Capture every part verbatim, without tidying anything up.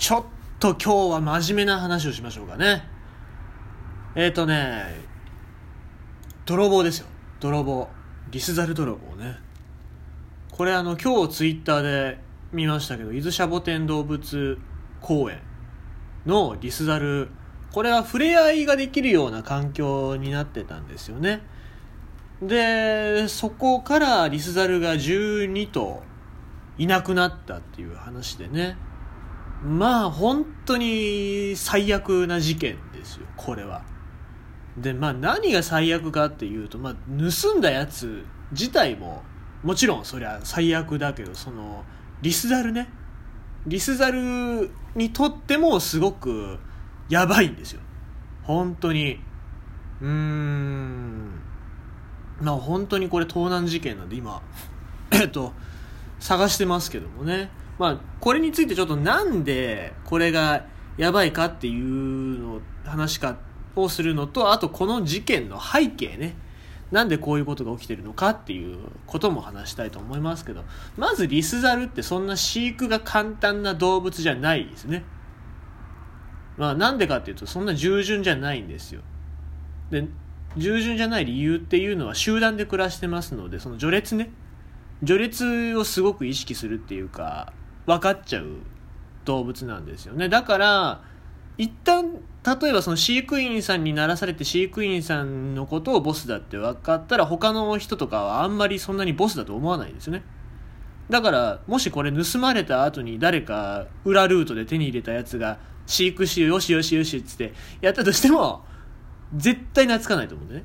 ちょっと今日は真面目な話をしましょうかね。えっとね泥棒ですよ。泥棒、リスザル泥棒ね。これあの今日ツイッターで見ましたけど、伊豆シャボテン動物公園のリスザル、これは触れ合いができるような環境になってたんですよね。でそこからリスザルがじゅうにとういなくなったっていう話でね、まあ本当に最悪な事件ですよこれは。でまあ何が最悪かっていうと、まあ盗んだやつ自体ももちろんそりゃ最悪だけど、そのリスザルね、リスザルにとってもすごくやばいんですよ本当に。うーんまあ本当にこれ盗難事件なんで今えっと探してますけどもね。まあこれについてちょっとなんでこれがやばいかっていうの話かをするのと、あとこの事件の背景ね、なんでこういうことが起きてるのかっていうことも話したいと思いますけど、まずリスザルってそんな飼育が簡単な動物じゃないですね。まあなんでかっていうと、そんな従順じゃないんですよ。で従順じゃない理由っていうのは、集団で暮らしてますので、その序列ね、序列をすごく意識するっていうか分かっちゃう動物なんですよね。だから一旦例えばその飼育員さんにならされて、飼育員さんのことをボスだって分かったら、他の人とかはあんまりそんなにボスだと思わないんですよね。だからもしこれ盗まれた後に誰か裏ルートで手に入れたやつが飼育しよしよしよしっつってやったとしても絶対懐かないと思うんでね。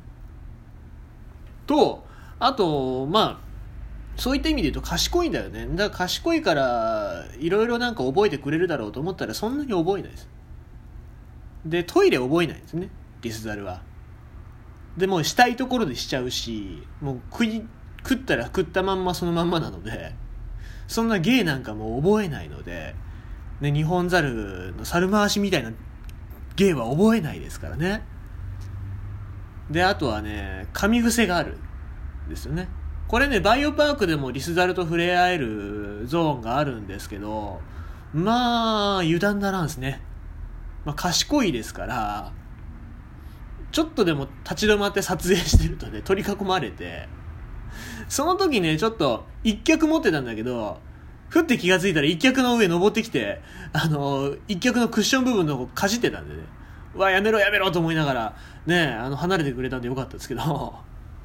とあとまあそういった意味で言うと賢いんだよね。だから賢いからいろいろなんか覚えてくれるだろうと思ったら、そんなに覚えないです。でトイレ覚えないんですねリスザルは。でもうしたいところでしちゃうし、もう食い食ったら食ったまんまそのまんまなので、そんな芸なんかも覚えないので、ね、日本ザルの猿回しみたいな芸は覚えないですからね。であとはね、噛み癖があるんですよね。これねバイオパークでもリスザルと触れ合えるゾーンがあるんですけど、まあ油断ならんですね。まあ、賢いですから、ちょっとでも立ち止まって撮影してるとね、取り囲まれて、その時ねちょっと一脚持ってたんだけど、ふって気がついたら一脚の上登ってきて、あの一脚のクッション部分のとこかじってたんでね、うわやめろやめろと思いながらね、あの離れてくれたんでよかったですけど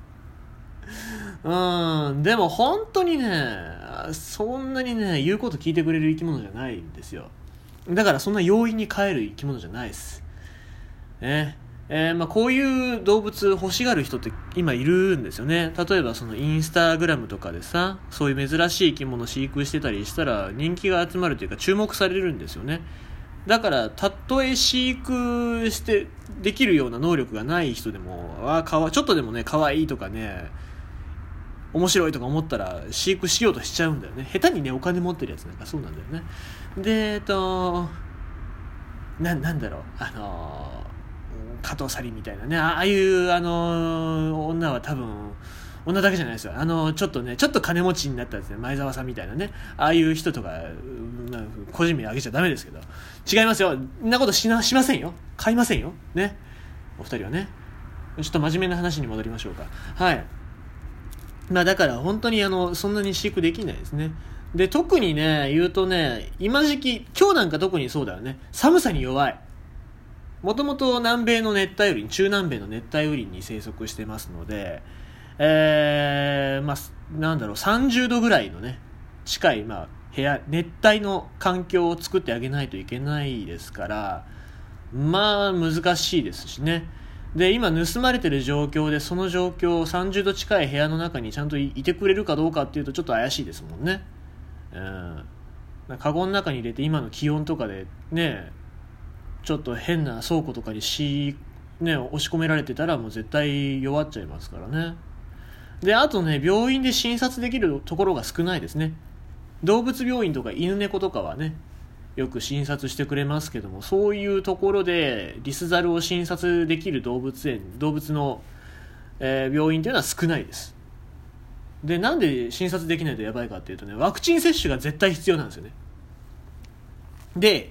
うんでも本当にね、そんなにね言うこと聞いてくれる生き物じゃないんですよ。だからそんな容易に飼える生き物じゃないですね。えーまあ、こういう動物欲しがる人って今いるんですよね。例えばそのインスタグラムとかでさ、そういう珍しい生き物飼育してたりしたら人気が集まるというか注目されるんですよね。だからたとえ飼育してできるような能力がない人でも、あかわちょっとでもね可愛いとかね面白いとか思ったら飼育しようとしちゃうんだよね。下手にねお金持ってるやつなんかそうなんだよね。でえっとな、なんだろうあの加藤サリみたいなね、ああいうあの女は多分女だけじゃないですよ。あのちょっとねちょっと金持ちになったですね、前澤さんみたいなね、ああいう人とか、まあ、個人名あげちゃダメですけど、違いますよ。そんなことしなしませんよ。買いませんよね。お二人はね、ちょっと真面目な話に戻りましょうか。はい。まあだから本当にあのそんなに飼育できないですね。で特にね言うとね、今時期今日なんか特にそうだよね、寒さに弱い。もともと南米の熱帯雨林、中南米の熱帯雨林に生息してますので、えー、まあなんだろうさんじゅうどぐらいのね近い、まあ、部屋熱帯の環境を作ってあげないといけないですから、まあ難しいですしね。で今盗まれてる状況で、その状況さんじゅうど近い部屋の中にちゃんと い, いてくれるかどうかっていうとちょっと怪しいですもんね。うん、カゴの中に入れて今の気温とかでねちょっと変な倉庫とかにし、ね、押し込められてたらもう絶対弱っちゃいますからね。であとね病院で診察できるところが少ないですね。動物病院とか犬猫とかはねよく診察してくれますけども、そういうところでリスザルを診察できる動物園動物の、えー、病院というのは少ないです。でなんで診察できないとやばいかっていうとね、ワクチン接種が絶対必要なんですよね。で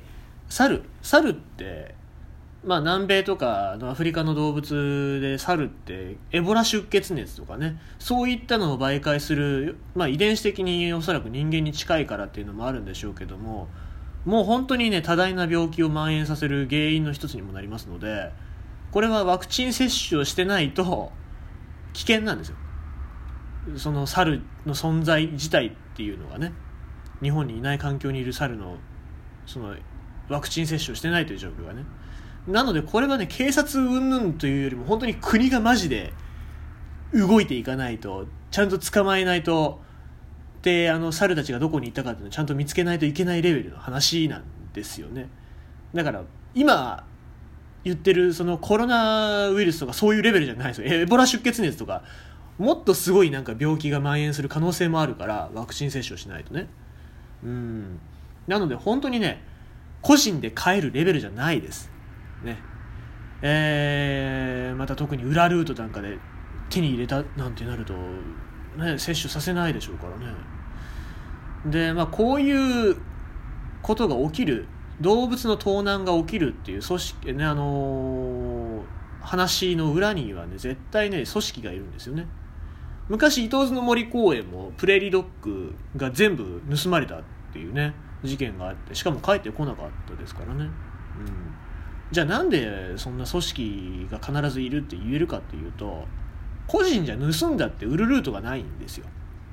猿猿ってまあ南米とかのアフリカの動物で猿ってエボラ出血熱とかね、そういったのを媒介する、まあ、遺伝子的におそらく人間に近いからっていうのもあるんでしょうけども、もう本当にね多大な病気を蔓延させる原因の一つにもなりますので、これはワクチン接種をしてないと危険なんですよ。その猿の存在自体っていうのがね、日本にいない環境にいる猿のそのワクチン接種をしてないという状況がね、なのでこれはね警察云々というよりも本当に国がマジで動いていかないと、ちゃんと捕まえないと、であの猿たちがどこに行ったかっていうのをちゃんと見つけないといけないレベルの話なんですよね。だから今言ってるそのコロナウイルスとかそういうレベルじゃないですよ。エボラ出血熱とかもっとすごいなんか病気が蔓延する可能性もあるから、ワクチン接種をしないとね。うんなので本当にね個人で飼えるレベルじゃないですね。えー、また特に裏ルートなんかで手に入れたなんてなると、ね、接種させないでしょうからね。で、まあ、こういうことが起きる、動物の盗難が起きるっていう組織、ねあのー、話の裏にはね絶対ね組織がいるんですよね。昔伊東津の森公園もプレーリードッグが全部盗まれたっていうね事件があって、しかも帰ってこなかったですからね。うんじゃあなんでそんな組織が必ずいるって言えるかっていうと、個人じゃ盗んだって売るルートがないんですよ。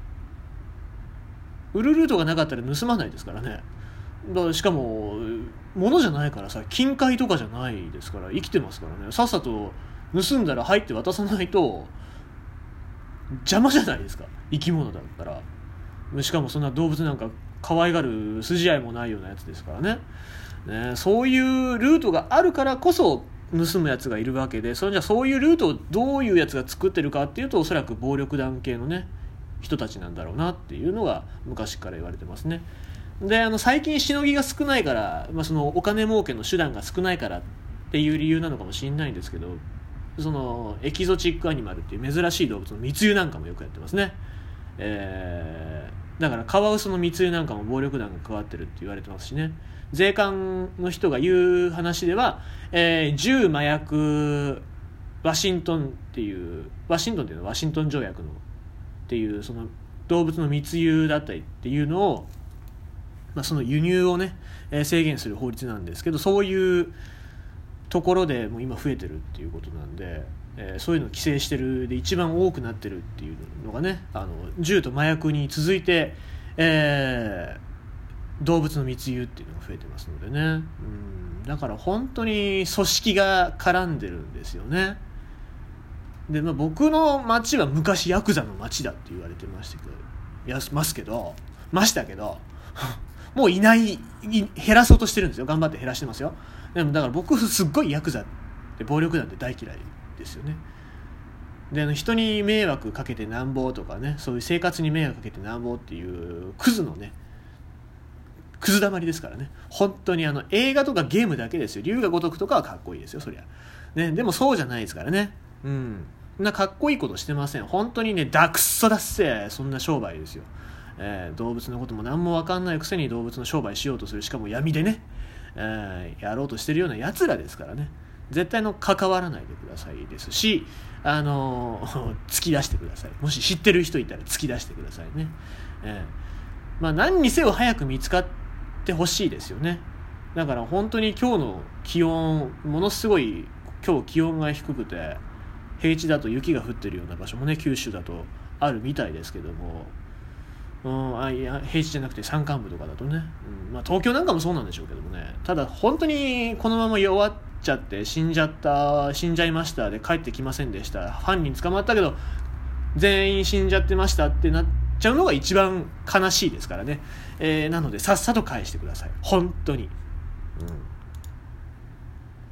売るルートがなかったら盗まないですからね。だからしかも物じゃないからさ、金塊とかじゃないですから、生きてますからね。さっさと盗んだら入って渡さないと邪魔じゃないですか、生き物だったら。しかもそんな動物なんか可愛がる筋合いもないようなやつですからね。ね、そういうルートがあるからこそ盗むやつがいるわけで、それじゃそういうルートをどういうやつが作ってるかっていうと、おそらく暴力団系のね人たちなんだろうなっていうのが昔から言われてますね。であの最近しのぎが少ないから、まあ、そのお金儲けの手段が少ないからっていう理由なのかもしれないんですけど、そのエキゾチックアニマルっていう珍しい動物の密輸なんかもよくやってますね。えー、だからカワウソの密輸なんかも暴力団が関わってるって言われてますしね。税関の人が言う話では、えー、銃麻薬ワシントンっていうワシントンっていうのはワシントン条約のっていうその動物の密輸だったりっていうのを、まあ、その輸入をね、えー、制限する法律なんですけど、そういうところでもう今増えてるっていうことなんで、えー、そういうのを規制してるで一番多くなってるっていうのがね、あの銃と麻薬に続いて、えー動物の密輸っていうのが増えてますのでね。うんだから本当に組織が絡んでるんですよね。で、まあ、僕の町は昔ヤクザの町だって言われてましたけど、やますけどましたけどもういないい減らそうとしてるんですよ。頑張って減らしてますよ。でもだから僕すっごいヤクザって暴力団って大嫌いですよね。であの人に迷惑かけてなんぼとかね、そういう生活に迷惑かけてなんぼっていうクズのねクズだまりですからね。本当にあの映画とかゲームだけですよ。龍が如くとかはかっこいいですよ、そりゃね。でもそうじゃないですからね。うんそんなかっこいいことしてません。本当にねダクソだっせ、そんな商売ですよ。えー、動物のことも何も分かんないくせに動物の商売しようとする、しかも闇でね、えー、やろうとしてるようなやつらですからね。絶対の関わらないでくださいですし、あのー、突き出してください。もし知ってる人いたら突き出してくださいね。えー、まあ何にせよ早く見つかってほしいですよね。だから本当に今日の気温ものすごい、今日気温が低くて平地だと雪が降ってるような場所もね九州だとあるみたいですけども、うん、あいや平地じゃなくて山間部とかだとね、うんまあ、東京なんかもそうなんでしょうけどもね。ただ本当にこのまま弱っちゃって死んじゃった死んじゃいましたで帰ってきませんでした、犯人捕まったけど全員死んじゃってましたってなっちゃうのが一番悲しいですからね。えー、なのでさっさと返してください本当に。うん